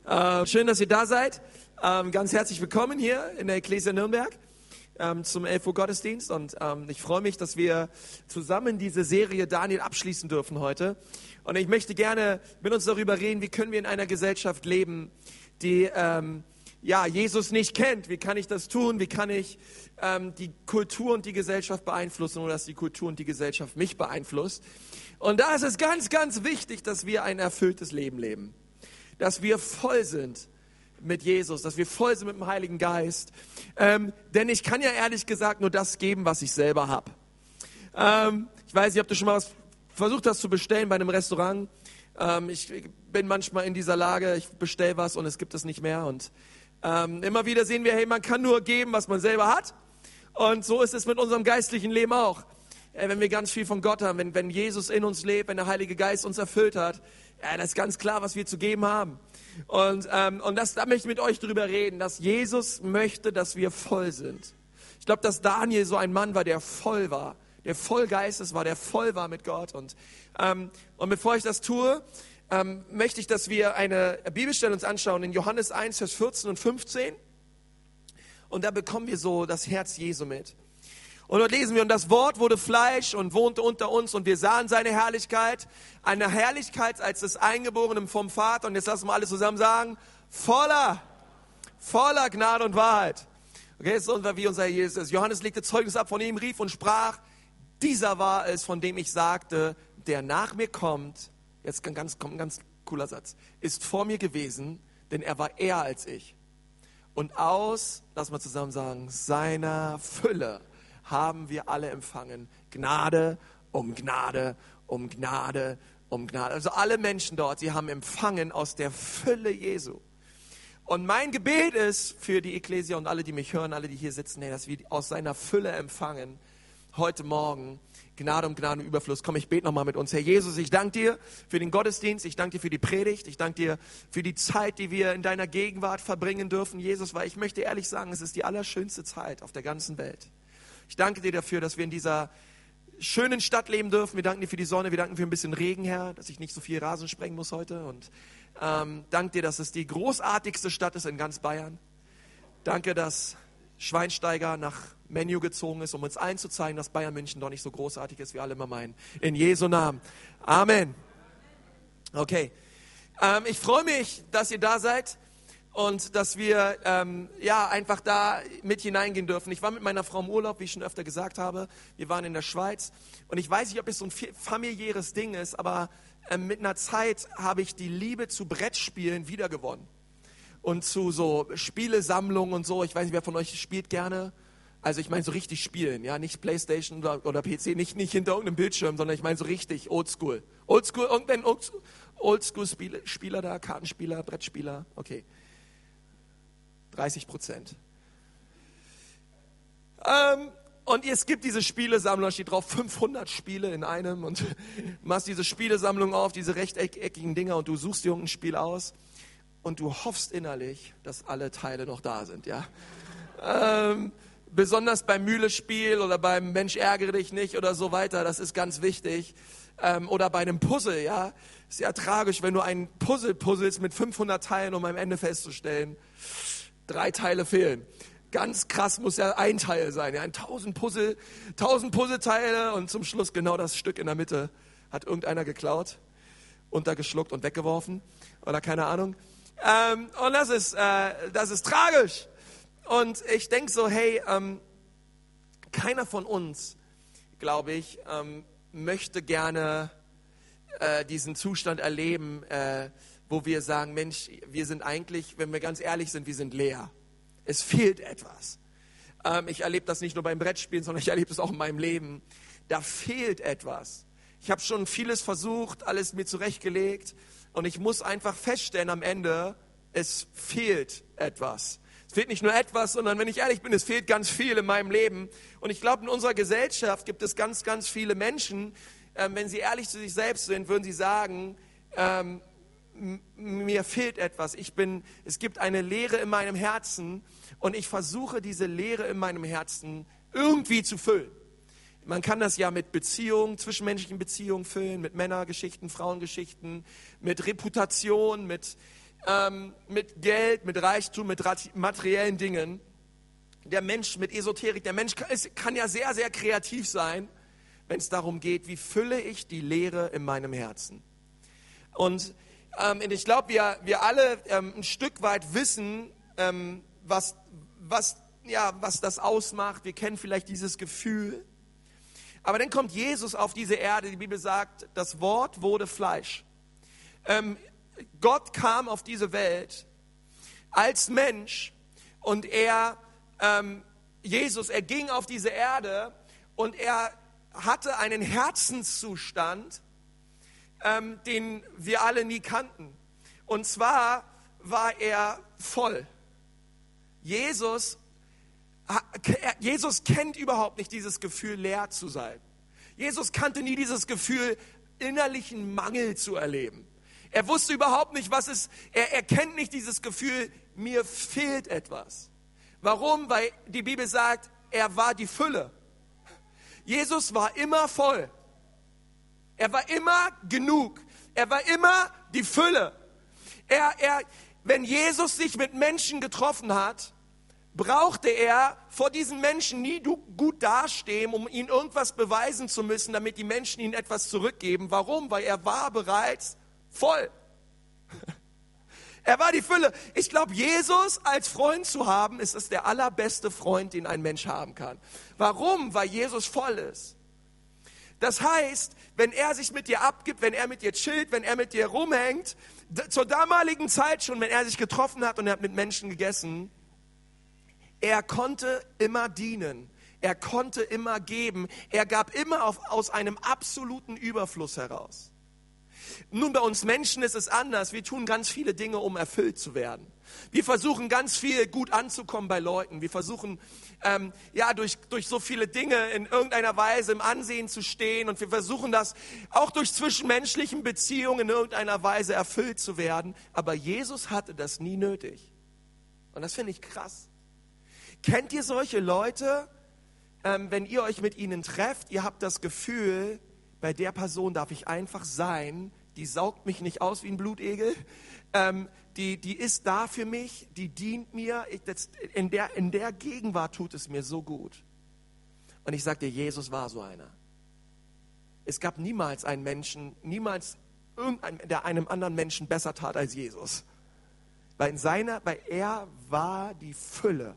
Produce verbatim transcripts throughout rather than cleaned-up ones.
Äh, schön, dass ihr da seid. Ähm, ganz herzlich willkommen hier in der Ecclesia Nürnberg ähm, zum elf Uhr Gottesdienst. Und ähm, ich freue mich, dass wir zusammen diese Serie Daniel abschließen dürfen heute. Und ich möchte gerne mit uns darüber reden, wie können wir in einer Gesellschaft leben, die ähm, ja, Jesus nicht kennt. Wie kann ich das tun? Wie kann ich ähm, die Kultur und die Gesellschaft beeinflussen, ohne dass die Kultur und die Gesellschaft mich beeinflusst? Und da ist es ganz, ganz wichtig, dass wir ein erfülltes Leben leben. Dass wir voll sind mit Jesus, dass wir voll sind mit dem Heiligen Geist. Ähm, denn ich kann ja ehrlich gesagt nur das geben, was ich selber habe. Ähm, ich weiß nicht, ob du schon mal was versucht hast zu bestellen bei einem Restaurant. Ähm, ich bin manchmal in dieser Lage, ich bestelle was und es gibt es nicht mehr. Und ähm, immer wieder sehen wir, hey, man kann nur geben, was man selber hat. Und so ist es mit unserem geistlichen Leben auch. Äh, wenn wir ganz viel von Gott haben, wenn, wenn Jesus in uns lebt, wenn der Heilige Geist uns erfüllt hat, ja, das ist ganz klar, was wir zu geben haben. Und, ähm, und das, da möchte ich mit euch drüber reden, dass Jesus möchte, dass wir voll sind. Ich glaube, dass Daniel so ein Mann war, der voll war, der voll Geistes war, der voll war mit Gott. Und, ähm, und bevor ich das tue, ähm, möchte ich, dass wir eine Bibelstelle uns anschauen in Johannes eins, Vers vierzehn und fünfzehn. Und da bekommen wir so das Herz Jesu mit. Und dort lesen wir, und das Wort wurde Fleisch und wohnte unter uns und wir sahen seine Herrlichkeit, eine Herrlichkeit als des Eingeborenen vom Vater. Und jetzt lassen wir alle zusammen sagen, voller, voller Gnade und Wahrheit. Okay, so wie unser Jesus ist. Johannes legte Zeugnis ab von ihm, rief und sprach, dieser war es, von dem ich sagte, der nach mir kommt, jetzt ganz, kommt ein ganz cooler Satz, ist vor mir gewesen, denn er war eher als ich. Und aus, lass mal zusammen sagen, seiner Fülle haben wir alle empfangen. Gnade um Gnade, um Gnade, um Gnade. Also alle Menschen dort, sie haben empfangen aus der Fülle Jesu. Und mein Gebet ist für die Ecclesia und alle, die mich hören, alle, die hier sitzen, hey, dass wir aus seiner Fülle empfangen, heute Morgen, Gnade um Gnade im Überfluss. Komm, ich bete nochmal mit uns. Herr Jesus, ich danke dir für den Gottesdienst, ich danke dir für die Predigt, ich danke dir für die Zeit, die wir in deiner Gegenwart verbringen dürfen, Jesus, weil ich möchte ehrlich sagen, es ist die allerschönste Zeit auf der ganzen Welt. Ich danke dir dafür, dass wir in dieser schönen Stadt leben dürfen. Wir danken dir für die Sonne, wir danken für ein bisschen Regen, Herr, dass ich nicht so viel Rasen sprengen muss heute. Und ähm, danke dir, dass es die großartigste Stadt ist in ganz Bayern. Danke, dass Schweinsteiger nach Menu gezogen ist, um uns allen zu zeigen, dass Bayern München doch nicht so großartig ist, wie alle immer meinen. In Jesu Namen. Amen. Okay. Ähm, ich freue mich, dass ihr da seid. Und dass wir ähm, ja einfach da mit hineingehen dürfen. Ich war mit meiner Frau im Urlaub, wie ich schon öfter gesagt habe. Wir waren in der Schweiz. Und ich weiß nicht, ob es so ein familiäres Ding ist, aber ähm, mit einer Zeit habe ich die Liebe zu Brettspielen wiedergewonnen. Und zu so Spielesammlungen und so. Ich weiß nicht, wer von euch spielt gerne. Also ich meine so richtig spielen, ja, nicht Playstation oder, oder P C, nicht, nicht hinter irgendeinem Bildschirm, sondern ich meine so richtig Oldschool. Oldschool, irgendein Oldschool-Spieler da, Kartenspieler, Brettspieler, okay. dreißig Prozent. Ähm, und es gibt diese Spielesammlung, da steht drauf fünfhundert Spiele in einem und machst diese Spielesammlung auf, diese rechteckigen Dinger und du suchst dir irgendein Spiel aus und du hoffst innerlich, dass alle Teile noch da sind, ja. Ähm, besonders beim Mühlespiel oder beim Mensch ärgere dich nicht oder so weiter, das ist ganz wichtig. Ähm, oder bei einem Puzzle, ja. Ist ja tragisch, wenn du ein Puzzle puzzelst mit fünfhundert Teilen, um am Ende festzustellen, drei Teile fehlen. Ganz krass muss ja ein Teil sein. Ja, ein tausend Puzzle, tausend Puzzleteile und zum Schluss genau das Stück in der Mitte hat irgendeiner geklaut, untergeschluckt und weggeworfen oder keine Ahnung. Ähm, und das ist, äh, das ist tragisch. Und ich denke so, hey, ähm, keiner von uns, glaube ich, ähm, möchte gerne äh, diesen Zustand erleben, äh, wo wir sagen, Mensch, wir sind eigentlich, wenn wir ganz ehrlich sind, wir sind leer. Es fehlt etwas. Ähm, ich erlebe das nicht nur beim Brettspielen, sondern ich erlebe das auch in meinem Leben. Da fehlt etwas. Ich habe schon vieles versucht, alles mir zurechtgelegt und ich muss einfach feststellen am Ende, es fehlt etwas. Es fehlt nicht nur etwas, sondern wenn ich ehrlich bin, es fehlt ganz viel in meinem Leben. Und ich glaube, in unserer Gesellschaft gibt es ganz, ganz viele Menschen, ähm, wenn sie ehrlich zu sich selbst sind, würden sie sagen, ähm, mir fehlt etwas, ich bin, es gibt eine Leere in meinem Herzen und ich versuche diese Leere in meinem Herzen irgendwie zu füllen. Man kann das ja mit Beziehungen, zwischenmenschlichen Beziehungen füllen, mit Männergeschichten, Frauengeschichten, mit Reputation, mit ähm, mit Geld, mit Reichtum, mit materiellen Dingen. Der Mensch mit Esoterik, der Mensch kann, ist, kann ja sehr, sehr kreativ sein, wenn es darum geht, wie fülle ich die Leere in meinem Herzen. Und ähm, ich glaube, wir, wir alle ähm, ein Stück weit wissen, ähm, was, was, ja, was das ausmacht. Wir kennen vielleicht dieses Gefühl. Aber dann kommt Jesus auf diese Erde. Die Bibel sagt, das Wort wurde Fleisch. Ähm, Gott kam auf diese Welt als Mensch und er, ähm, Jesus, er ging auf diese Erde und er hatte einen Herzenszustand, ähm, den wir alle nie kannten. Und zwar war er voll. Jesus, Jesus kennt überhaupt nicht dieses Gefühl, leer zu sein. Jesus kannte nie dieses Gefühl, innerlichen Mangel zu erleben. Er wusste überhaupt nicht, was es, er, er kennt nicht dieses Gefühl, mir fehlt etwas. Warum? Weil die Bibel sagt, er war die Fülle. Jesus war immer voll. Er war immer genug. Er war immer die Fülle. Er, er, wenn Jesus sich mit Menschen getroffen hat, brauchte er vor diesen Menschen nie gut dastehen, um ihnen irgendwas beweisen zu müssen, damit die Menschen ihnen etwas zurückgeben. Warum? Weil er war bereits voll. Er war die Fülle. Ich glaube, Jesus als Freund zu haben, ist es der allerbeste Freund, den ein Mensch haben kann. Warum? Weil Jesus voll ist. Das heißt, wenn er sich mit dir abgibt, wenn er mit dir chillt, wenn er mit dir rumhängt, zur damaligen Zeit schon, wenn er sich getroffen hat und er hat mit Menschen gegessen, er konnte immer dienen. Er konnte immer geben. Er gab immer auf, aus einem absoluten Überfluss heraus. Nun, bei uns Menschen ist es anders. Wir tun ganz viele Dinge, um erfüllt zu werden. Wir versuchen ganz viel gut anzukommen bei Leuten. Wir versuchen, ähm, ja, durch, durch so viele Dinge in irgendeiner Weise im Ansehen zu stehen. Und wir versuchen das auch durch zwischenmenschlichen Beziehungen in irgendeiner Weise erfüllt zu werden. Aber Jesus hatte das nie nötig. Und das finde ich krass. Kennt ihr solche Leute, ähm, wenn ihr euch mit ihnen trefft, ihr habt das Gefühl, bei der Person darf ich einfach sein, die saugt mich nicht aus wie ein Blutegel, ähm, die, die ist da für mich, die dient mir, ich, das, in, der, in der Gegenwart tut es mir so gut. Und ich sage dir, Jesus war so einer. Es gab niemals einen Menschen, niemals irgendeinen, der einem anderen Menschen besser tat als Jesus. Weil, in seiner, weil er war die Fülle.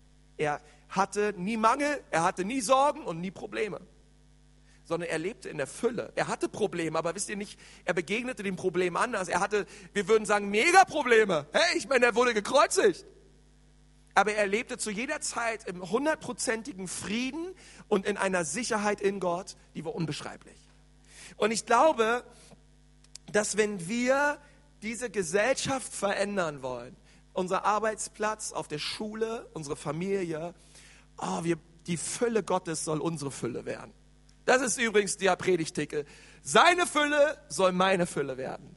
Er hatte nie Mangel, er hatte nie Sorgen und nie Probleme. Sondern er lebte in der Fülle. Er hatte Probleme, aber wisst ihr nicht, er begegnete dem Problem anders. Er hatte, wir würden sagen, Mega-Probleme. Hey, ich meine, er wurde gekreuzigt. Aber er lebte zu jeder Zeit im hundertprozentigen Frieden und in einer Sicherheit in Gott, die war unbeschreiblich. Und ich glaube, dass wenn wir diese Gesellschaft verändern wollen, unser Arbeitsplatz, auf der Schule, unsere Familie, oh, wir, die Fülle Gottes soll unsere Fülle werden. Das ist übrigens der Predigtitel. Seine Fülle soll meine Fülle werden.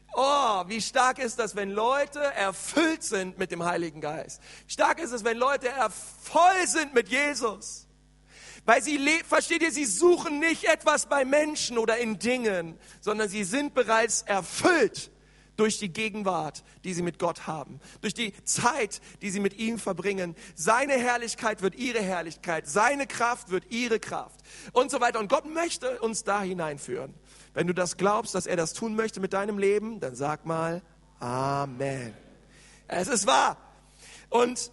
Oh, wie stark ist das, wenn Leute erfüllt sind mit dem Heiligen Geist. Stark ist es, wenn Leute voll sind mit Jesus. Weil sie, versteht ihr, sie suchen nicht etwas bei Menschen oder in Dingen, sondern sie sind bereits erfüllt durch die Gegenwart, die sie mit Gott haben, durch die Zeit, die sie mit ihm verbringen. Seine Herrlichkeit wird ihre Herrlichkeit, seine Kraft wird ihre Kraft und so weiter. Und Gott möchte uns da hineinführen. Wenn du das glaubst, dass er das tun möchte mit deinem Leben, dann sag mal Amen. Es ist wahr. Und,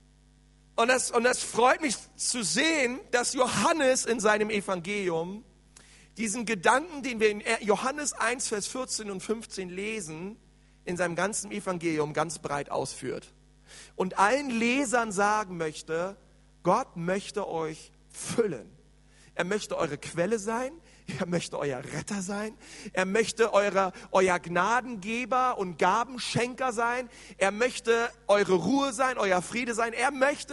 und, das, und das freut mich zu sehen, dass Johannes in seinem Evangelium diesen Gedanken, den wir in Johannes eins, Vers vierzehn und fünfzehn lesen, in seinem ganzen Evangelium ganz breit ausführt. Und allen Lesern sagen möchte, Gott möchte euch füllen. Er möchte eure Quelle sein, er möchte euer Retter sein, er möchte eure, euer Gnadengeber und Gabenschenker sein, er möchte eure Ruhe sein, euer Friede sein, er möchte,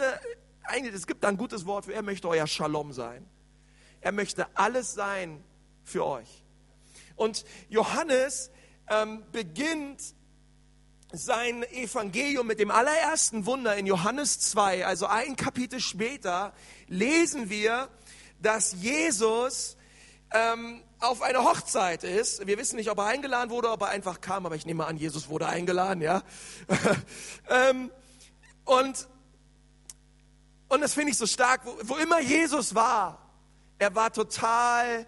es gibt da ein gutes Wort für, er möchte euer Shalom sein. Er möchte alles sein für euch. Und Johannes ähm, beginnt sein Evangelium mit dem allerersten Wunder in Johannes zwei, also ein Kapitel später, lesen wir, dass Jesus ähm, auf eine Hochzeit ist. Wir wissen nicht, ob er eingeladen wurde, ob er einfach kam, aber ich nehme an, Jesus wurde eingeladen, ja. ähm, und, und das finde ich so stark, wo, wo immer Jesus war, er war total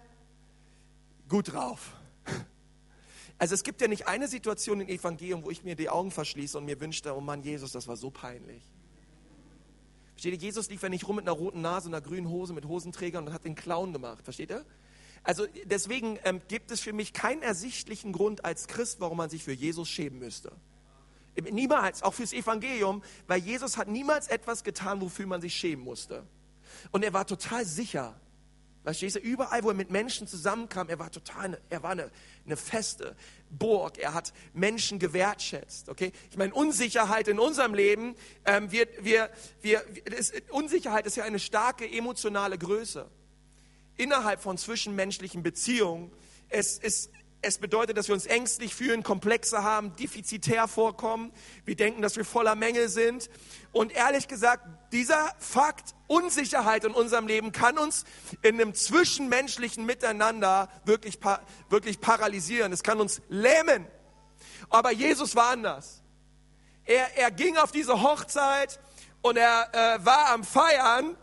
gut drauf. Also es gibt ja nicht eine Situation im Evangelium, wo ich mir die Augen verschließe und mir wünschte, oh Mann, Jesus, das war so peinlich. Versteht ihr, Jesus lief ja nicht rum mit einer roten Nase und einer grünen Hose mit Hosenträgern und hat den Clown gemacht, versteht ihr? Also deswegen ähm, gibt es für mich keinen ersichtlichen Grund als Christ, warum man sich für Jesus schämen müsste. Niemals, auch fürs Evangelium, weil Jesus hat niemals etwas getan, wofür man sich schämen musste. Und er war total sicher. Verstehst du, überall, wo er mit Menschen zusammenkam, er war total, eine, er war eine, eine feste Burg. Er hat Menschen gewertschätzt, okay? Ich meine, Unsicherheit in unserem Leben, ähm, wir, wir, wir, ist, Unsicherheit ist ja eine starke emotionale Größe. Innerhalb von zwischenmenschlichen Beziehungen, es ist, es bedeutet, dass wir uns ängstlich fühlen, Komplexe haben, defizitär vorkommen. Wir denken, dass wir voller Mängel sind. Und ehrlich gesagt, dieser Fakt, Unsicherheit in unserem Leben, kann uns in einem zwischenmenschlichen Miteinander wirklich, wirklich paralysieren. Es kann uns lähmen. Aber Jesus war anders. Er, er ging auf diese Hochzeit und er äh, war am Feiern,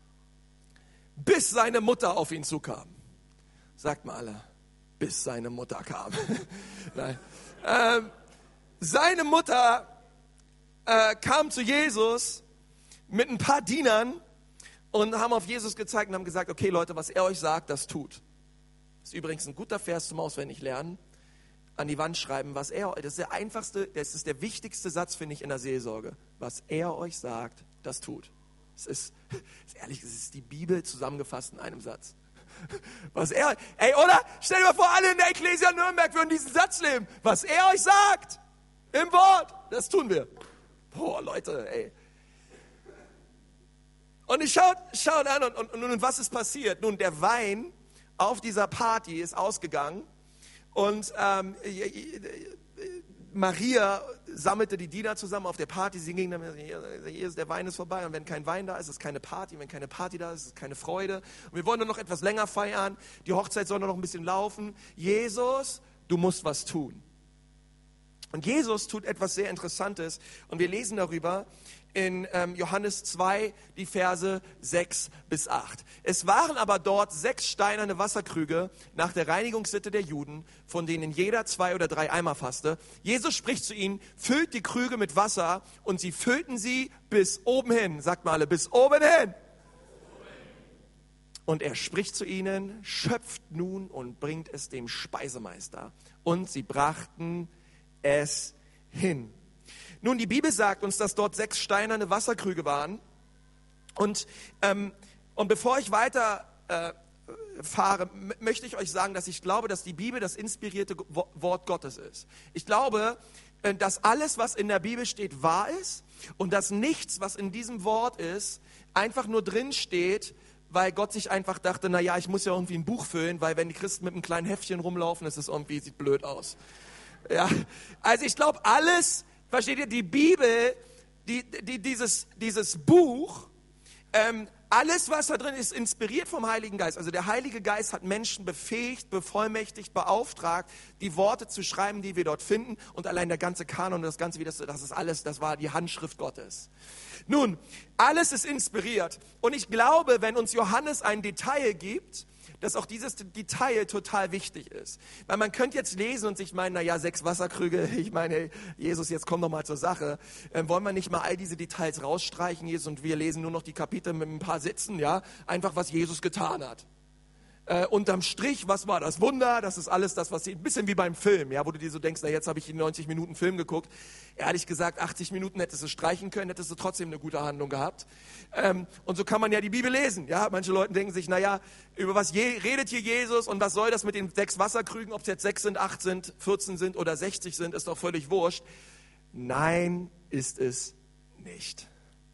bis seine Mutter auf ihn zukam. Sagt mal alle. Bis seine Mutter kam. Nein. Ähm, seine Mutter äh, kam zu Jesus mit ein paar Dienern und haben auf Jesus gezeigt und haben gesagt, okay Leute, was er euch sagt, das tut. Das ist übrigens ein guter Vers zum Auswendiglernen. An die Wand schreiben, was er, das ist der einfachste, das ist der wichtigste Satz, finde ich, in der Seelsorge. Was er euch sagt, das tut. Es ist, ist ehrlich, es ist die Bibel zusammengefasst in einem Satz. Was er, ey, oder? Stell dir mal vor, alle in der Ekklesia Nürnberg würden diesen Satz nehmen. Was er euch sagt, im Wort, das tun wir. Boah, Leute, ey. Und ich schaue schau an und, und, und, und was ist passiert? Nun, der Wein auf dieser Party ist ausgegangen und ähm, Maria sammelte die Diener zusammen auf der Party. Sie gingen dann, hier ist der Wein ist vorbei. Und wenn kein Wein da ist, ist es keine Party. Wenn keine Party da ist, ist es keine Freude. Und wir wollen nur noch etwas länger feiern. Die Hochzeit soll nur noch ein bisschen laufen. Jesus, du musst was tun. Und Jesus tut etwas sehr Interessantes. Und wir lesen darüber in ähm, Johannes zwei, die Verse sechs bis acht. Es waren aber dort sechs steinerne Wasserkrüge nach der Reinigungssitte der Juden, von denen jeder zwei oder drei Eimer fasste. Jesus spricht zu ihnen, füllt die Krüge mit Wasser, und sie füllten sie bis oben hin. Sagt mal alle, bis oben hin. Und er spricht zu ihnen, schöpft nun und bringt es dem Speisemeister. Und sie brachten es hin. Nun, die Bibel sagt uns, dass dort sechs steinerne Wasserkrüge waren. Und, ähm, und bevor ich weiter äh, fahre, m- möchte ich euch sagen, dass ich glaube, dass die Bibel das inspirierte Wo- Wort Gottes ist. Ich glaube, äh, dass alles, was in der Bibel steht, wahr ist und dass nichts, was in diesem Wort ist, einfach nur drin steht, weil Gott sich einfach dachte, na ja, ich muss ja irgendwie ein Buch füllen, weil wenn die Christen mit einem kleinen Heftchen rumlaufen, ist es irgendwie, sieht blöd aus. Ja, also ich glaube, alles, versteht ihr, die Bibel, die, die, dieses, dieses Buch, ähm, alles, was da drin ist, inspiriert vom Heiligen Geist. Also der Heilige Geist hat Menschen befähigt, bevollmächtigt, beauftragt, die Worte zu schreiben, die wir dort finden. Und allein der ganze Kanon und das Ganze, wie das, das ist alles, das war die Handschrift Gottes. Nun, alles ist inspiriert. Und ich glaube, wenn uns Johannes ein Detail gibt, dass auch dieses Detail total wichtig ist. Weil man könnte jetzt lesen und sich meinen, naja, sechs Wasserkrüge, ich meine, Jesus, jetzt komm doch mal zur Sache. Ähm, wollen wir nicht mal all diese Details rausstreichen, Jesus, und wir lesen nur noch die Kapitel mit ein paar Sätzen, ja? Einfach, was Jesus getan hat. Äh, unterm Strich, was war das Wunder? Das ist alles das, was, ein bisschen wie beim Film, ja, wo du dir so denkst, na jetzt habe ich einen neunzig Minuten Film geguckt. Ehrlich gesagt, achtzig Minuten hättest du streichen können, hättest du trotzdem eine gute Handlung gehabt. Ähm, und so kann man ja die Bibel lesen, ja. Manche Leute denken sich, na ja, über was je, redet hier Jesus und was soll das mit den sechs Wasserkrügen, ob es jetzt sechs sind, acht sind, vierzehn sind oder sechzig sind, ist doch völlig wurscht. Nein, ist es nicht.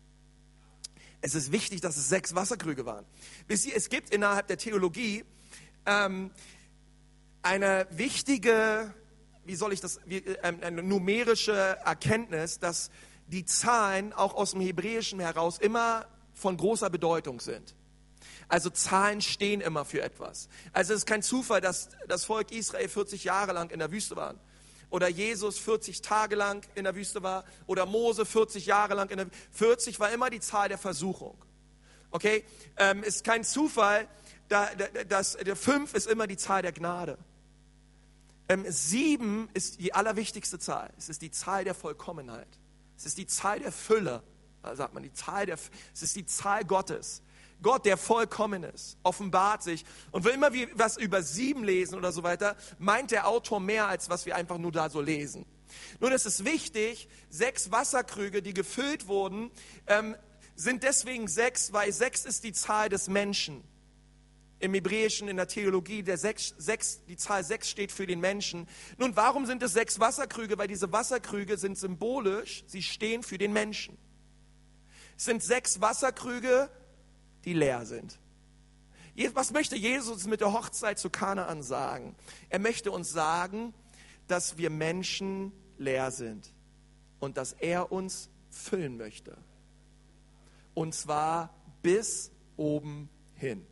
Es ist wichtig, dass es sechs Wasserkrüge waren. Wisst ihr, es gibt innerhalb der Theologie ähm, eine wichtige, wie soll ich das, wie, ähm, eine numerische Erkenntnis, dass die Zahlen auch aus dem Hebräischen heraus immer von großer Bedeutung sind. Also Zahlen stehen immer für etwas. Also es ist kein Zufall, dass das Volk Israel vierzig Jahre lang in der Wüste war. Oder Jesus vierzig Tage lang in der Wüste war. Oder Mose vierzig Jahre lang in der Wüste. vierzig war immer die Zahl der Versuchung. Okay? Ähm, ist kein Zufall, da, da, dass der fünf ist immer die Zahl der Gnade. Ähm, sieben ist die allerwichtigste Zahl. Es ist die Zahl der Vollkommenheit. Es ist die Zahl der Fülle. Da sagt man, die Zahl der, es ist die Zahl Gottes. Gott, der vollkommen ist, offenbart sich. Und wenn immer wir was über sieben lesen oder so weiter, meint der Autor mehr, als was wir einfach nur da so lesen. Nun, es ist wichtig, sechs Wasserkrüge, die gefüllt wurden, ähm, sind deswegen sechs, weil sechs ist die Zahl des Menschen. Im Hebräischen, in der Theologie, der sechs, sechs, die Zahl sechs steht für den Menschen. Nun, warum sind es sechs Wasserkrüge? Weil diese Wasserkrüge sind symbolisch, sie stehen für den Menschen. Es sind sechs Wasserkrüge, die leer sind. Was möchte Jesus mit der Hochzeit zu Kanaan sagen? Er möchte uns sagen, dass wir Menschen leer sind und dass er uns füllen möchte. Und zwar bis oben hin.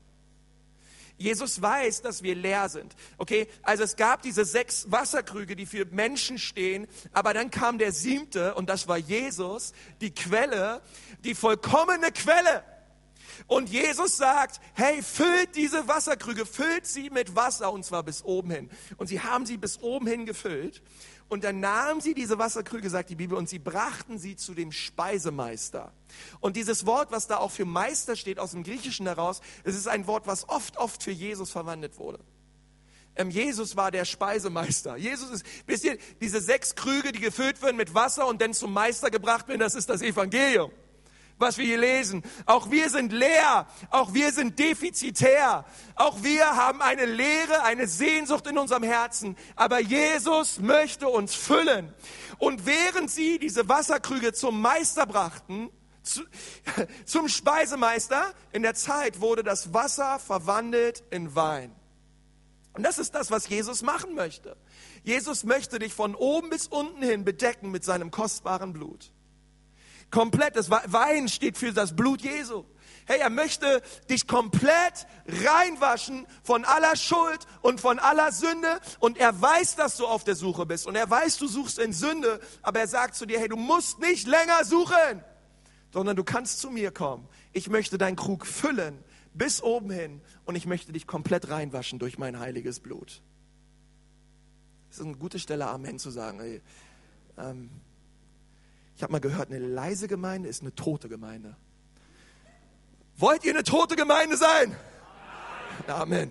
Jesus weiß, dass wir leer sind. Okay, also es gab diese sechs Wasserkrüge, die für Menschen stehen, aber dann kam der siebte und das war Jesus, die Quelle, die vollkommene Quelle. Und Jesus sagt, hey, füllt diese Wasserkrüge, füllt sie mit Wasser und zwar bis oben hin. Und sie haben sie bis oben hin gefüllt. Und dann nahmen sie diese Wasserkrüge, sagt die Bibel, und sie brachten sie zu dem Speisemeister. Und dieses Wort, was da auch für Meister steht, aus dem Griechischen heraus, es ist ein Wort, was oft, oft für Jesus verwendet wurde. Ähm, Jesus war der Speisemeister. Jesus ist, wisst ihr, diese sechs Krüge, die gefüllt werden mit Wasser und dann zum Meister gebracht werden, das ist das Evangelium, was wir hier lesen. Auch wir sind leer, auch wir sind defizitär, auch wir haben eine Leere, eine Sehnsucht in unserem Herzen, aber Jesus möchte uns füllen. Und während sie diese Wasserkrüge zum Meister brachten, zu, zum Speisemeister, in der Zeit wurde das Wasser verwandelt in Wein. Und das ist das, was Jesus machen möchte. Jesus möchte dich von oben bis unten hin bedecken mit seinem kostbaren Blut. Komplett, das Wein steht für das Blut Jesu. Hey, er möchte dich komplett reinwaschen von aller Schuld und von aller Sünde. Und er weiß, dass du auf der Suche bist. Und er weiß, du suchst in Sünde. Aber er sagt zu dir, hey, du musst nicht länger suchen, sondern du kannst zu mir kommen. Ich möchte deinen Krug füllen bis oben hin. Und ich möchte dich komplett reinwaschen durch mein heiliges Blut. Das ist eine gute Stelle, Amen zu sagen. Hey, ähm, Ich habe mal gehört, eine leise Gemeinde ist eine tote Gemeinde. Wollt ihr eine tote Gemeinde sein? Amen.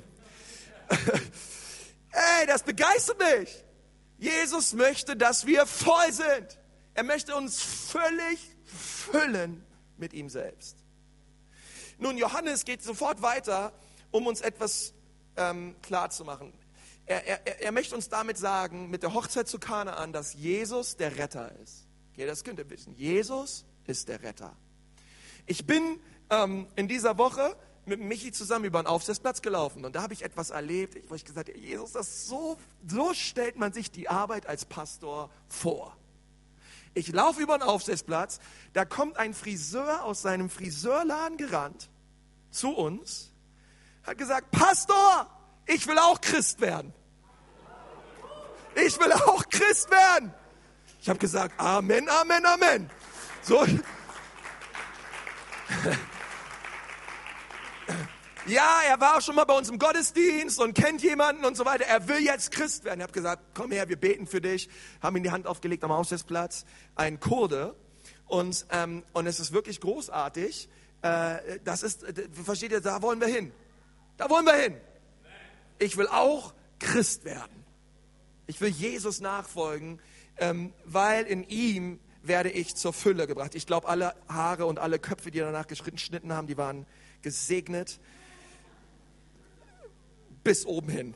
Ey, das begeistert mich. Jesus möchte, dass wir voll sind. Er möchte uns völlig füllen mit ihm selbst. Nun, Johannes geht sofort weiter, um uns etwas ähm, klarzumachen. Er, er, er möchte uns damit sagen, mit der Hochzeit zu Kanaan, dass Jesus der Retter ist. Ja, das könnt ihr wissen. Jesus ist der Retter. Ich bin ähm, in dieser Woche mit Michi zusammen über den Aufsichtsplatz gelaufen und da habe ich etwas erlebt, wo ich gesagt habe, Jesus, das so, so stellt man sich die Arbeit als Pastor vor. Ich laufe über den Aufsichtsplatz, da kommt ein Friseur aus seinem Friseurladen gerannt zu uns, hat gesagt, Pastor, ich will auch Christ werden. Ich will auch Christ werden. Ich habe gesagt, Amen, Amen, Amen. So. Ja, er war auch schon mal bei uns im Gottesdienst und kennt jemanden und so weiter. Er will jetzt Christ werden. Ich habe gesagt, komm her, wir beten für dich. Haben ihm die Hand aufgelegt am Aufsichtsplatz. Ein Kurde. Und, ähm, und es ist wirklich großartig. Äh, das ist, versteht ihr, da wollen wir hin. Da wollen wir hin. Ich will auch Christ werden. Ich will Jesus nachfolgen. Ähm, weil in ihm werde ich zur Fülle gebracht. Ich glaube, alle Haare und alle Köpfe, die danach geschnitten haben, die waren gesegnet bis oben hin.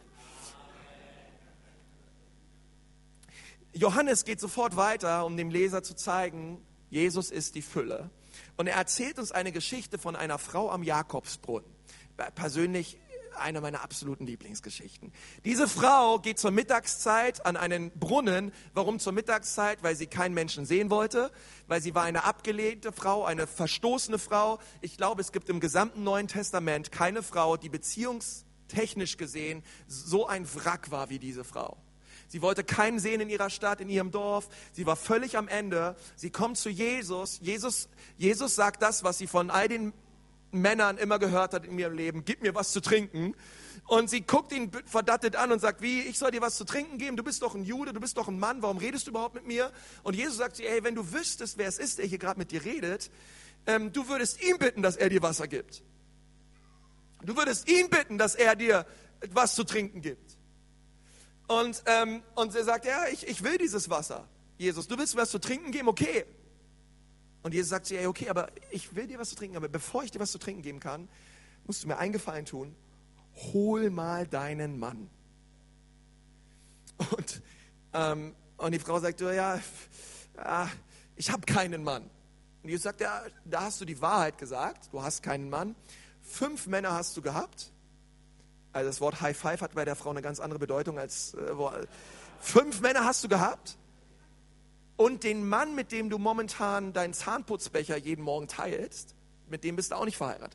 Johannes geht sofort weiter, um dem Leser zu zeigen, Jesus ist die Fülle. Und er erzählt uns eine Geschichte von einer Frau am Jakobsbrunnen. Persönlich eine meiner absoluten Lieblingsgeschichten. Diese Frau geht zur Mittagszeit an einen Brunnen. Warum zur Mittagszeit? Weil sie keinen Menschen sehen wollte, weil sie war eine abgelehnte Frau, eine verstoßene Frau. Ich glaube, es gibt im gesamten Neuen Testament keine Frau, die beziehungstechnisch gesehen so ein Wrack war wie diese Frau. Sie wollte keinen sehen in ihrer Stadt, in ihrem Dorf. Sie war völlig am Ende. Sie kommt zu Jesus. Jesus, Jesus sagt das, was sie von all den Männern immer gehört hat in ihrem Leben. Gib mir was zu trinken. Und sie guckt ihn verdattet an und sagt, wie, ich soll dir was zu trinken geben? Du bist doch ein Jude, du bist doch ein Mann. Warum redest du überhaupt mit mir? Und Jesus sagt sie, ey, wenn du wüsstest, wer es ist, der hier gerade mit dir redet, ähm, du würdest ihn bitten, dass er dir Wasser gibt. Du würdest ihn bitten, dass er dir was zu trinken gibt. Und, ähm, und er sagt, ja, ich, ich will dieses Wasser. Jesus, du willst mir was zu trinken geben? Okay. Und Jesus sagt zu ihr, okay, aber ich will dir was zu trinken, aber bevor ich dir was zu trinken geben kann, musst du mir einen Gefallen tun. Hol mal deinen Mann. Und, ähm, und die Frau sagt, ja, ja ich habe keinen Mann. Und Jesus sagt, ja, da hast du die Wahrheit gesagt, du hast keinen Mann. Fünf Männer hast du gehabt. Also das Wort High Five hat bei der Frau eine ganz andere Bedeutung als äh, Wort. Fünf Männer hast du gehabt und den Mann, mit dem du momentan deinen Zahnputzbecher jeden Morgen teilst, mit dem bist du auch nicht verheiratet.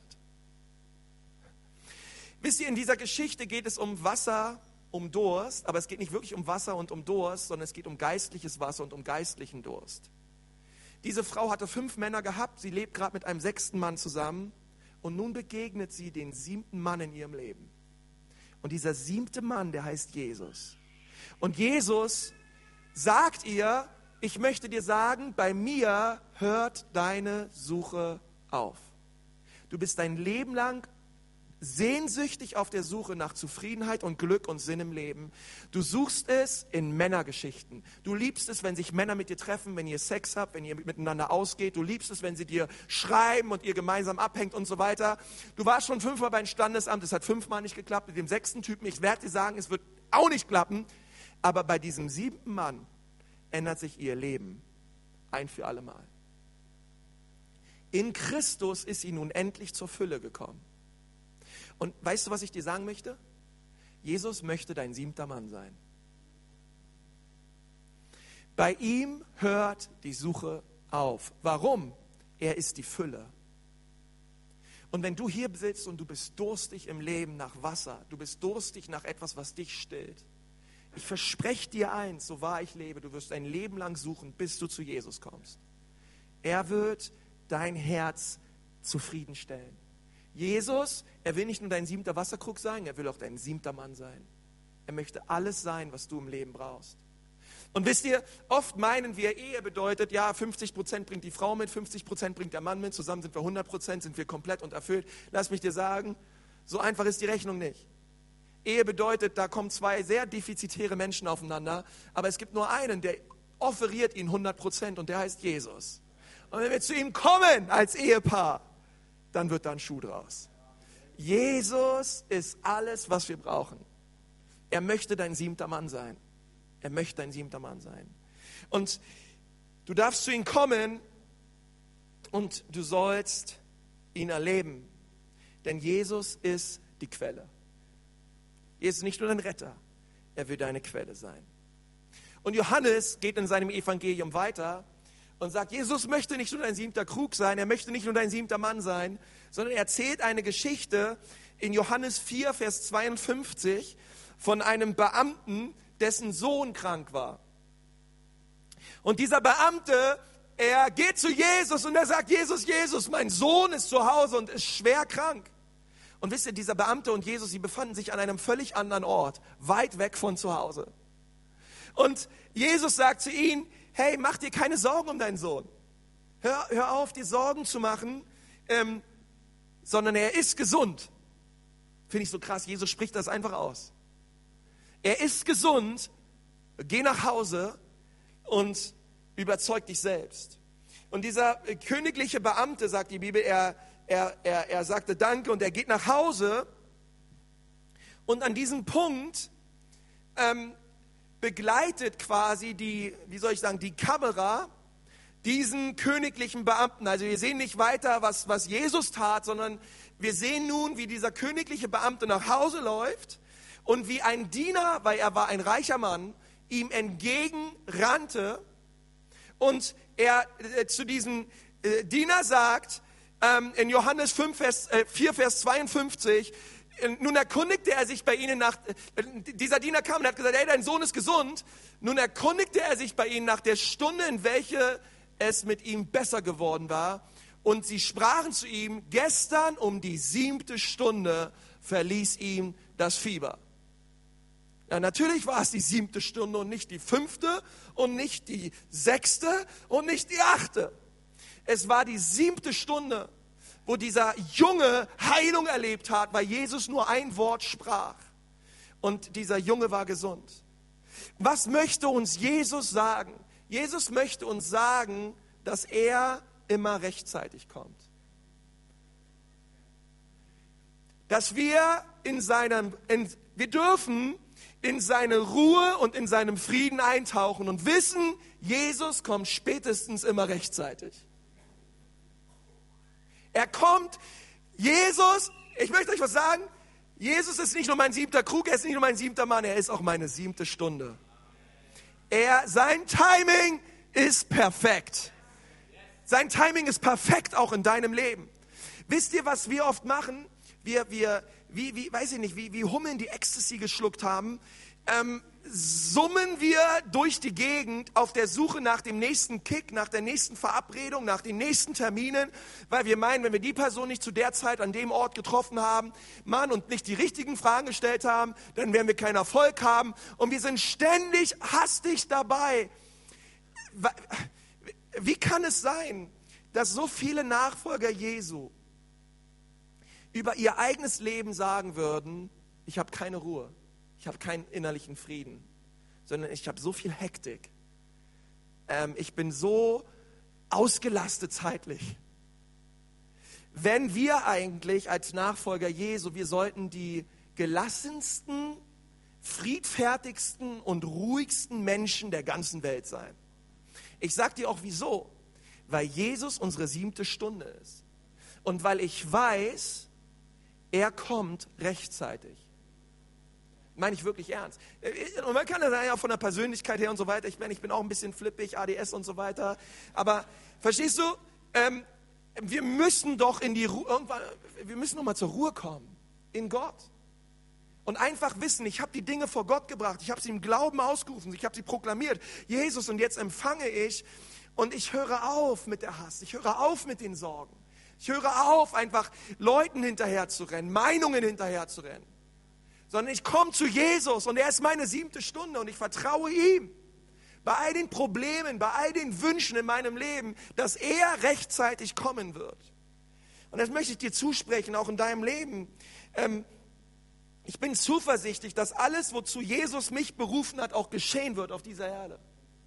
Wisst ihr, in dieser Geschichte geht es um Wasser, um Durst, aber es geht nicht wirklich um Wasser und um Durst, sondern es geht um geistliches Wasser und um geistlichen Durst. Diese Frau hatte fünf Männer gehabt, sie lebt gerade mit einem sechsten Mann zusammen und nun begegnet sie den siebten Mann in ihrem Leben. Und dieser siebte Mann, der heißt Jesus. Und Jesus sagt ihr, ich möchte dir sagen, bei mir hört deine Suche auf. Du bist dein Leben lang sehnsüchtig auf der Suche nach Zufriedenheit und Glück und Sinn im Leben. Du suchst es in Männergeschichten. Du liebst es, wenn sich Männer mit dir treffen, wenn ihr Sex habt, wenn ihr miteinander ausgeht. Du liebst es, wenn sie dir schreiben und ihr gemeinsam abhängt und so weiter. Du warst schon fünfmal beim Standesamt, es hat fünfmal nicht geklappt. Mit dem sechsten Typen, ich werde dir sagen, es wird auch nicht klappen. Aber bei diesem siebten Mann ändert sich ihr Leben ein für alle Mal. In Christus ist sie nun endlich zur Fülle gekommen. Und weißt du, was ich dir sagen möchte? Jesus möchte dein siebter Mann sein. Bei ihm hört die Suche auf. Warum? Er ist die Fülle. Und wenn du hier sitzt und du bist durstig im Leben nach Wasser, du bist durstig nach etwas, was dich stillt, ich verspreche dir eins, so wahr ich lebe, du wirst ein Leben lang suchen, bis du zu Jesus kommst. Er wird dein Herz zufriedenstellen. Jesus, er will nicht nur dein siebter Wasserkrug sein, er will auch dein siebter Mann sein. Er möchte alles sein, was du im Leben brauchst. Und wisst ihr, oft meinen wir, Ehe bedeutet, ja, fünfzig Prozent bringt die Frau mit, fünfzig Prozent bringt der Mann mit, zusammen sind wir hundert Prozent, sind wir komplett und erfüllt. Lass mich dir sagen, so einfach ist die Rechnung nicht. Ehe bedeutet, da kommen zwei sehr defizitäre Menschen aufeinander, aber es gibt nur einen, der offeriert ihnen hundert Prozent und der heißt Jesus. Und wenn wir zu ihm kommen als Ehepaar, dann wird da ein Schuh draus. Jesus ist alles, was wir brauchen. Er möchte dein siebter Mann sein. Er möchte dein siebter Mann sein. Und du darfst zu ihm kommen und du sollst ihn erleben. Denn Jesus ist die Quelle. Jesus ist nicht nur dein Retter, er will deine Quelle sein. Und Johannes geht in seinem Evangelium weiter und sagt, Jesus möchte nicht nur dein siebter Krug sein, er möchte nicht nur dein siebter Mann sein, sondern er erzählt eine Geschichte in Johannes vier, Vers zweiundfünfzig von einem Beamten, dessen Sohn krank war. Und dieser Beamte, er geht zu Jesus und er sagt, Jesus, Jesus, mein Sohn ist zu Hause und ist schwer krank. Und wisst ihr, dieser Beamte und Jesus, sie befanden sich an einem völlig anderen Ort, weit weg von zu Hause. Und Jesus sagt zu ihnen, hey, mach dir keine Sorgen um deinen Sohn. Hör, hör auf, dir Sorgen zu machen, ähm, sondern er ist gesund. Finde ich so krass, Jesus spricht das einfach aus. Er ist gesund, geh nach Hause und überzeug dich selbst. Und dieser äh, königliche Beamte, sagt die Bibel, er, er, er, er sagte Danke und er geht nach Hause. Und an diesem Punkt ähm, begleitet quasi die, wie soll ich sagen, die Kamera diesen königlichen Beamten. Also wir sehen nicht weiter, was, was Jesus tat, sondern wir sehen nun, wie dieser königliche Beamte nach Hause läuft und wie ein Diener, weil er war ein reicher Mann, ihm entgegenrannte und er äh, zu diesem äh, Diener sagt, ähm, in Johannes fünf, Vers, äh, vier, Vers zweiundfünfzig, äh, nun erkundigte er sich bei ihnen nach, äh, dieser Diener kam und hat gesagt, hey, dein Sohn ist gesund. Nun erkundigte er sich bei ihnen nach der Stunde, in welche es mit ihm besser geworden war. Und sie sprachen zu ihm, gestern um die siebte Stunde verließ ihm das Fieber. Ja, natürlich war es die siebte Stunde und nicht die fünfte und nicht die sechste und nicht die achte. Es war die siebte Stunde, wo dieser Junge Heilung erlebt hat, weil Jesus nur ein Wort sprach. Und dieser Junge war gesund. Was möchte uns Jesus sagen? Jesus möchte uns sagen, dass er immer rechtzeitig kommt. Dass wir in seinem, in, wir dürfen in seine Ruhe und in seinem Frieden eintauchen und wissen, Jesus kommt spätestens immer rechtzeitig. Er kommt, Jesus, ich möchte euch was sagen, Jesus ist nicht nur mein siebter Krug, er ist nicht nur mein siebter Mann, er ist auch meine siebte Stunde. Er, sein Timing ist perfekt. Sein Timing ist perfekt auch in deinem Leben. Wisst ihr, was wir oft machen? Wir, wir, wie, wie, weiß ich nicht, wie, wie Hummeln, die Ecstasy geschluckt haben, ähm, summen wir durch die Gegend auf der Suche nach dem nächsten Kick, nach der nächsten Verabredung, nach den nächsten Terminen, weil wir meinen, wenn wir die Person nicht zu der Zeit an dem Ort getroffen haben, Mann, und nicht die richtigen Fragen gestellt haben, dann werden wir keinen Erfolg haben. Und wir sind ständig hastig dabei. Wie kann es sein, dass so viele Nachfolger Jesu über ihr eigenes Leben sagen würden, ich habe keine Ruhe, ich habe keinen innerlichen Frieden, sondern ich habe so viel Hektik. Ähm, ich bin so ausgelastet zeitlich. Wenn wir eigentlich als Nachfolger Jesu, wir sollten die gelassensten, friedfertigsten und ruhigsten Menschen der ganzen Welt sein. Ich sage dir auch wieso. Weil Jesus unsere siebte Stunde ist. Und weil ich weiß, er kommt rechtzeitig. Meine ich wirklich ernst. Und man kann das ja von der Persönlichkeit her und so weiter. Ich meine, ich bin auch ein bisschen flippig, A D S und so weiter. Aber verstehst du, ähm, wir müssen doch in die Ruhe, irgendwann, wir müssen noch mal zur Ruhe kommen. In Gott. Und einfach wissen, ich habe die Dinge vor Gott gebracht. Ich habe sie im Glauben ausgerufen. Ich habe sie proklamiert. Jesus, und jetzt empfange ich. Und ich höre auf mit der Hass. Ich höre auf mit den Sorgen. Ich höre auf, einfach Leuten hinterher zu rennen, Meinungen hinterher zu rennen. Sondern ich komme zu Jesus und er ist meine siebte Stunde und ich vertraue ihm. Bei all den Problemen, bei all den Wünschen in meinem Leben, dass er rechtzeitig kommen wird. Und das möchte ich dir zusprechen, auch in deinem Leben. Ähm, ich bin zuversichtlich, dass alles, wozu Jesus mich berufen hat, auch geschehen wird auf dieser Erde.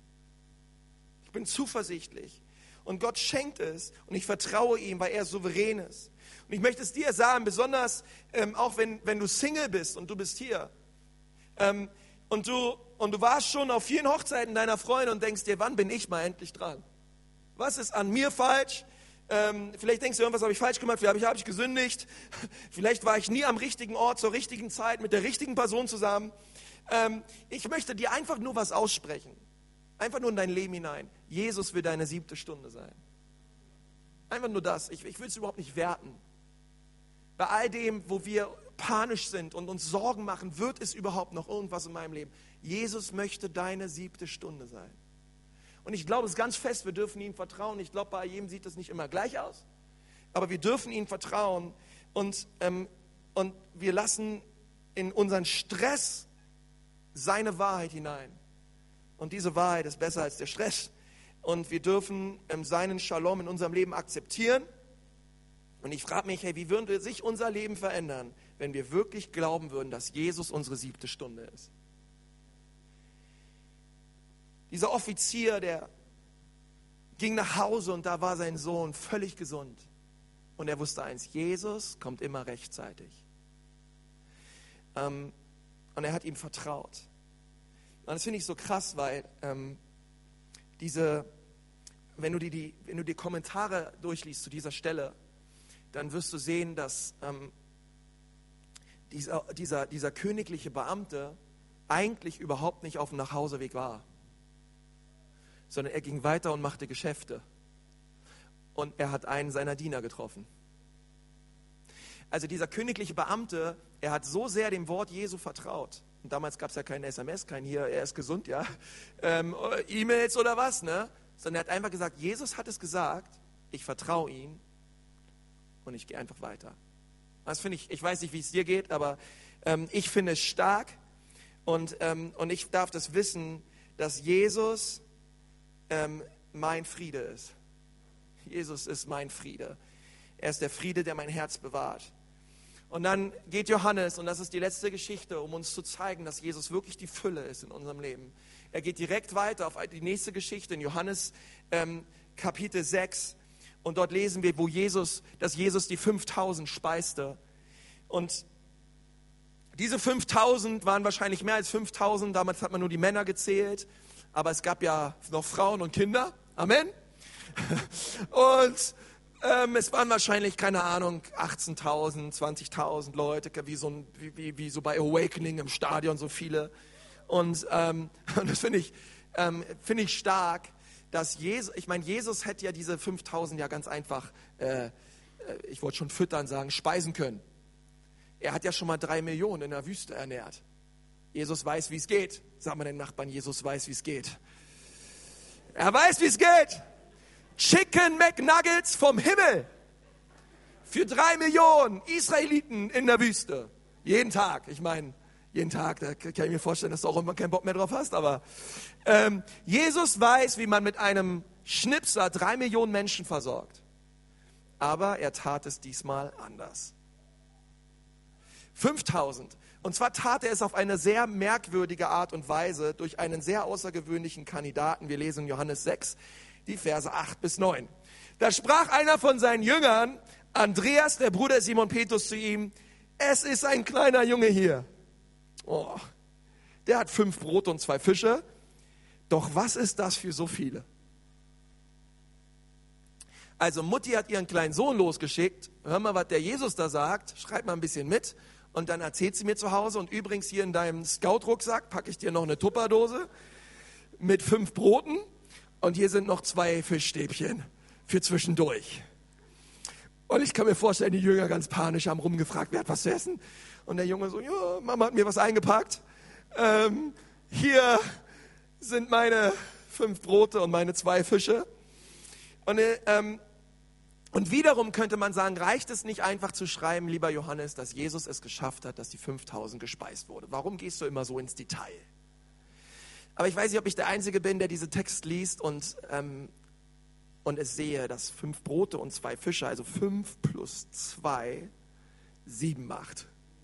Ich bin zuversichtlich. Und Gott schenkt es und ich vertraue ihm, weil er souverän ist. Und ich möchte es dir sagen, besonders ähm, auch wenn, wenn du Single bist und du bist hier ähm, und, du, und du warst schon auf vielen Hochzeiten deiner Freunde und denkst dir, wann bin ich mal endlich dran? Was ist an mir falsch? Ähm, vielleicht denkst du, irgendwas habe ich falsch gemacht, vielleicht habe ich, habe ich gesündigt, vielleicht war ich nie am richtigen Ort, zur richtigen Zeit, mit der richtigen Person zusammen. Ähm, ich möchte dir einfach nur was aussprechen. Einfach nur in dein Leben hinein. Jesus will deine siebte Stunde sein. Einfach nur das. Ich, ich will es überhaupt nicht werten. Bei all dem, wo wir panisch sind und uns Sorgen machen, wird es überhaupt noch irgendwas in meinem Leben. Jesus möchte deine siebte Stunde sein. Und ich glaube es ganz fest, wir dürfen ihm vertrauen. Ich glaube, bei jedem sieht es nicht immer gleich aus. Aber wir dürfen ihm vertrauen. Und, ähm, und wir lassen in unseren Stress seine Wahrheit hinein. Und diese Wahrheit ist besser als der Stress. Und wir dürfen ähm, seinen Shalom in unserem Leben akzeptieren. Und ich frage mich, hey, wie würde sich unser Leben verändern, wenn wir wirklich glauben würden, dass Jesus unsere siebte Stunde ist? Dieser Offizier, der ging nach Hause und da war sein Sohn völlig gesund. Und er wusste eins, Jesus kommt immer rechtzeitig. Ähm, und er hat ihm vertraut. Und das finde ich so krass, weil ähm, diese wenn du die, die, wenn du die Kommentare durchliest zu dieser Stelle, dann wirst du sehen, dass ähm, dieser, dieser, dieser königliche Beamte eigentlich überhaupt nicht auf dem Nachhauseweg war, sondern er ging weiter und machte Geschäfte. Und er hat einen seiner Diener getroffen. Also dieser königliche Beamte, er hat so sehr dem Wort Jesu vertraut. Und damals gab es ja kein S M S, kein hier, er ist gesund, ja, ähm, E-Mails oder was, ne? Sondern er hat einfach gesagt, Jesus hat es gesagt, ich vertraue ihm und ich gehe einfach weiter. Das finde ich, ich weiß nicht, wie es dir geht, aber ähm, ich finde es stark und, ähm, und ich darf das wissen, dass Jesus ähm, mein Friede ist. Jesus ist mein Friede. Er ist der Friede, der mein Herz bewahrt. Und dann geht Johannes, und das ist die letzte Geschichte, um uns zu zeigen, dass Jesus wirklich die Fülle ist in unserem Leben. Er geht direkt weiter auf die nächste Geschichte in Johannes ähm, Kapitel sechs. Und dort lesen wir, wo Jesus, dass Jesus die fünftausend speiste. Und diese fünftausend waren wahrscheinlich mehr als fünftausend. Damals hat man nur die Männer gezählt. Aber es gab ja noch Frauen und Kinder. Amen. Und ähm, es waren wahrscheinlich, keine Ahnung, achtzehntausend, zwanzigtausend Leute, wie so, ein, wie, wie, wie so bei Awakening im Stadion, so viele. Und, ähm, und das finde ich, ähm, finde ich stark, dass Jesus, ich meine, Jesus hätte ja diese fünftausend ja ganz einfach, äh, ich wollte schon füttern sagen, speisen können. Er hat ja schon mal drei Millionen in der Wüste ernährt. Jesus weiß, wie es geht. Sag mal den Nachbarn, Jesus weiß, wie es geht. Er weiß, wie es geht. Chicken McNuggets vom Himmel. Für drei Millionen Israeliten in der Wüste. Jeden Tag. Ich meine, jeden Tag, da kann ich mir vorstellen, dass du auch irgendwann keinen Bock mehr drauf hast. Aber ähm, Jesus weiß, wie man mit einem Schnipser drei Millionen Menschen versorgt. Aber er tat es diesmal anders. fünftausend. Und zwar tat er es auf eine sehr merkwürdige Art und Weise durch einen sehr außergewöhnlichen Kandidaten. Wir lesen in Johannes sechs, die Verse acht bis neun. Da sprach einer von seinen Jüngern, Andreas, der Bruder Simon Petrus, zu ihm, es ist ein kleiner Junge hier. Oh, der hat fünf Brote und zwei Fische. Doch was ist das für so viele? Also Mutti hat ihren kleinen Sohn losgeschickt. Hör mal, was der Jesus da sagt. Schreib mal ein bisschen mit. Und dann erzählt sie mir zu Hause. Und übrigens hier in deinem Scout-Rucksack packe ich dir noch eine Tupperdose mit fünf Broten. Und hier sind noch zwei Fischstäbchen für zwischendurch. Und ich kann mir vorstellen, die Jünger ganz panisch haben rumgefragt, wer hat was zu essen? Und der Junge so, ja, Mama hat mir was eingepackt. Ähm, hier sind meine fünf Brote und meine zwei Fische. Und, ähm, und wiederum könnte man sagen, reicht es nicht einfach zu schreiben, lieber Johannes, dass Jesus es geschafft hat, dass die fünftausend gespeist wurde. Warum gehst du immer so ins Detail? Aber ich weiß nicht, ob ich der Einzige bin, der diesen Text liest und, ähm, und es sehe, dass fünf Brote und zwei Fische, also fünf plus zwei, sieben macht.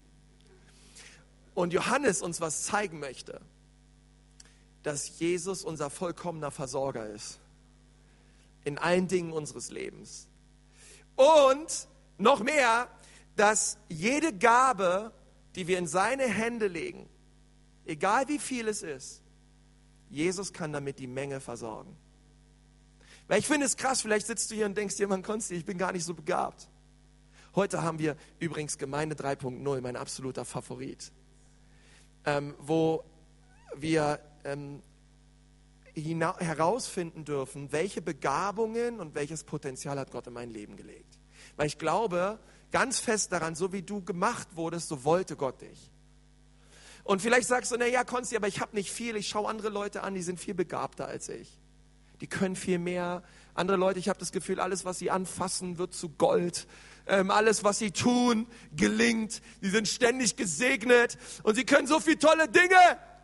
Und Johannes uns was zeigen möchte, dass Jesus unser vollkommener Versorger ist. In allen Dingen unseres Lebens. Und noch mehr, dass jede Gabe, die wir in seine Hände legen, egal wie viel es ist, Jesus kann damit die Menge versorgen. Weil ich finde es krass, vielleicht sitzt du hier und denkst dir, man Konsti, ich bin gar nicht so begabt. Heute haben wir übrigens Gemeinde drei Punkt null, mein absoluter Favorit, ähm, wo wir ähm, hina- herausfinden dürfen, welche Begabungen und welches Potenzial hat Gott in mein Leben gelegt. Weil ich glaube ganz fest daran, so wie du gemacht wurdest, so wollte Gott dich. Und vielleicht sagst du, naja, Konsti, aber ich habe nicht viel, ich schaue andere Leute an, die sind viel begabter als ich. Die können viel mehr. Andere Leute, ich habe das Gefühl, alles, was sie anfassen, wird zu Gold. Ähm, alles, was sie tun, gelingt. Sie sind ständig gesegnet und sie können so viele tolle Dinge.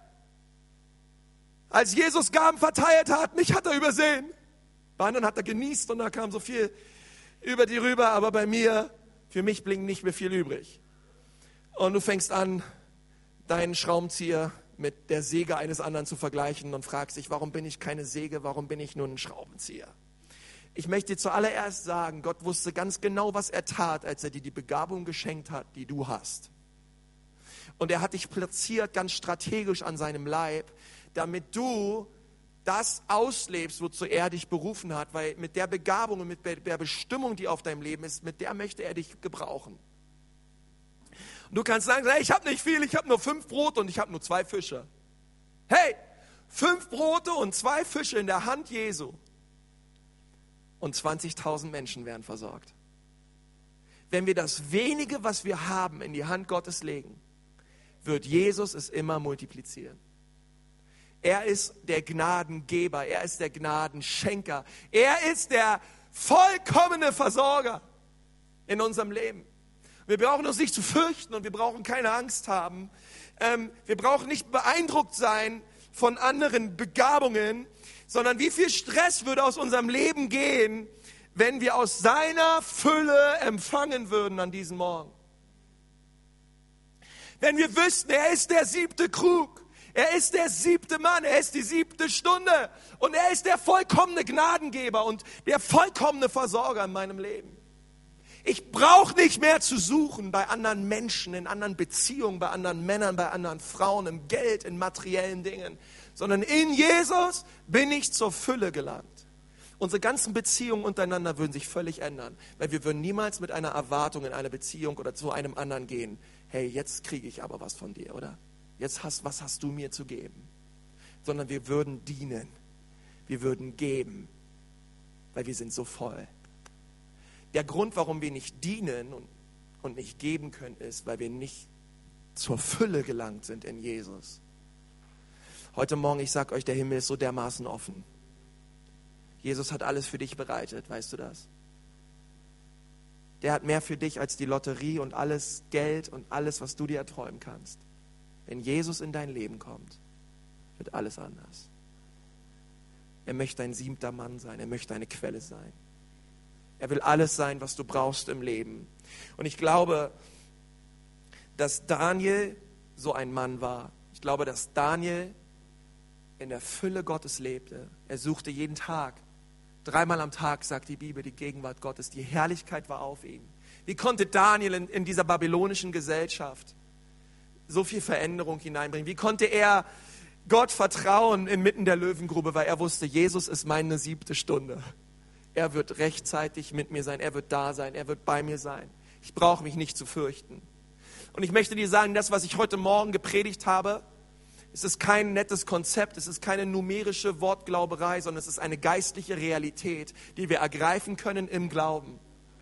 Als Jesus Gaben verteilt hat, mich hat er übersehen. Bei anderen hat er genießt und da kam so viel über die rüber, aber bei mir, für mich blinkt nicht mehr viel übrig. Und du fängst an, deinen Schraubenzieher mit der Säge eines anderen zu vergleichen und fragst dich, warum bin ich keine Säge, warum bin ich nur ein Schraubenzieher? Ich möchte dir zuallererst sagen, Gott wusste ganz genau, was er tat, als er dir die Begabung geschenkt hat, die du hast. Und er hat dich platziert ganz strategisch an seinem Leib, damit du das auslebst, wozu er dich berufen hat, weil mit der Begabung und mit der Bestimmung, die auf deinem Leben ist, mit der möchte er dich gebrauchen. Und du kannst sagen, hey, ich habe nicht viel, ich habe nur fünf Brote und ich habe nur zwei Fische. Hey, fünf Brote und zwei Fische in der Hand Jesu und zwanzigtausend Menschen werden versorgt. Wenn wir das wenige, was wir haben, in die Hand Gottes legen, wird Jesus es immer multiplizieren. Er ist der Gnadengeber, er ist der Gnadenschenker, er ist der vollkommene Versorger in unserem Leben. Wir brauchen uns nicht zu fürchten und wir brauchen keine Angst haben. Ähm, wir brauchen nicht beeindruckt sein von anderen Begabungen, sondern wie viel Stress würde aus unserem Leben gehen, wenn wir aus seiner Fülle empfangen würden an diesem Morgen. Wenn wir wüssten, er ist der siebte Krug, er ist der siebte Mann, er ist die siebte Stunde und er ist der vollkommene Gnadengeber und der vollkommene Versorger in meinem Leben. Ich brauche nicht mehr zu suchen bei anderen Menschen, in anderen Beziehungen, bei anderen Männern, bei anderen Frauen, im Geld, in materiellen Dingen, sondern in Jesus bin ich zur Fülle gelangt. Unsere ganzen Beziehungen untereinander würden sich völlig ändern, weil wir würden niemals mit einer Erwartung in eine Beziehung oder zu einem anderen gehen. Hey, jetzt kriege ich aber was von dir, oder? Jetzt hast, was hast du mir zu geben? Sondern wir würden dienen, wir würden geben, weil wir sind so voll. Der Grund, warum wir nicht dienen und, und nicht geben können, ist, weil wir nicht zur Fülle gelangt sind in Jesus. Heute Morgen, ich sage euch, der Himmel ist so dermaßen offen. Jesus hat alles für dich bereitet, weißt du das? Der hat mehr für dich als die Lotterie und alles Geld und alles, was du dir erträumen kannst. Wenn Jesus in dein Leben kommt, wird alles anders. Er möchte ein siebter Mann sein, er möchte eine Quelle sein. Er will alles sein, was du brauchst im Leben. Und ich glaube, dass Daniel so ein Mann war. Ich glaube, dass Daniel in der Fülle Gottes lebte. Er suchte jeden Tag, dreimal am Tag, sagt die Bibel, die Gegenwart Gottes. Die Herrlichkeit war auf ihm. Wie konnte Daniel in, in dieser babylonischen Gesellschaft so viel Veränderung hineinbringen? Wie konnte er Gott vertrauen inmitten der Löwengrube, weil er wusste, Jesus ist meine siebte Stunde. Er wird rechtzeitig mit mir sein, er wird da sein, er wird bei mir sein. Ich brauche mich nicht zu fürchten. Und ich möchte dir sagen, das, was ich heute Morgen gepredigt habe, es ist kein nettes Konzept, es ist keine numerische Wortglauberei, sondern es ist eine geistliche Realität, die wir ergreifen können im Glauben.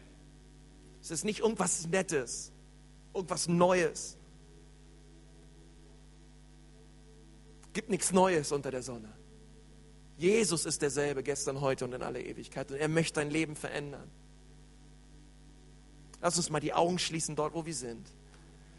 Es ist nicht irgendwas Nettes, irgendwas Neues. Es gibt nichts Neues unter der Sonne. Jesus ist derselbe, gestern, heute und in aller Ewigkeit. Und er möchte dein Leben verändern. Lass uns mal die Augen schließen dort, wo wir sind.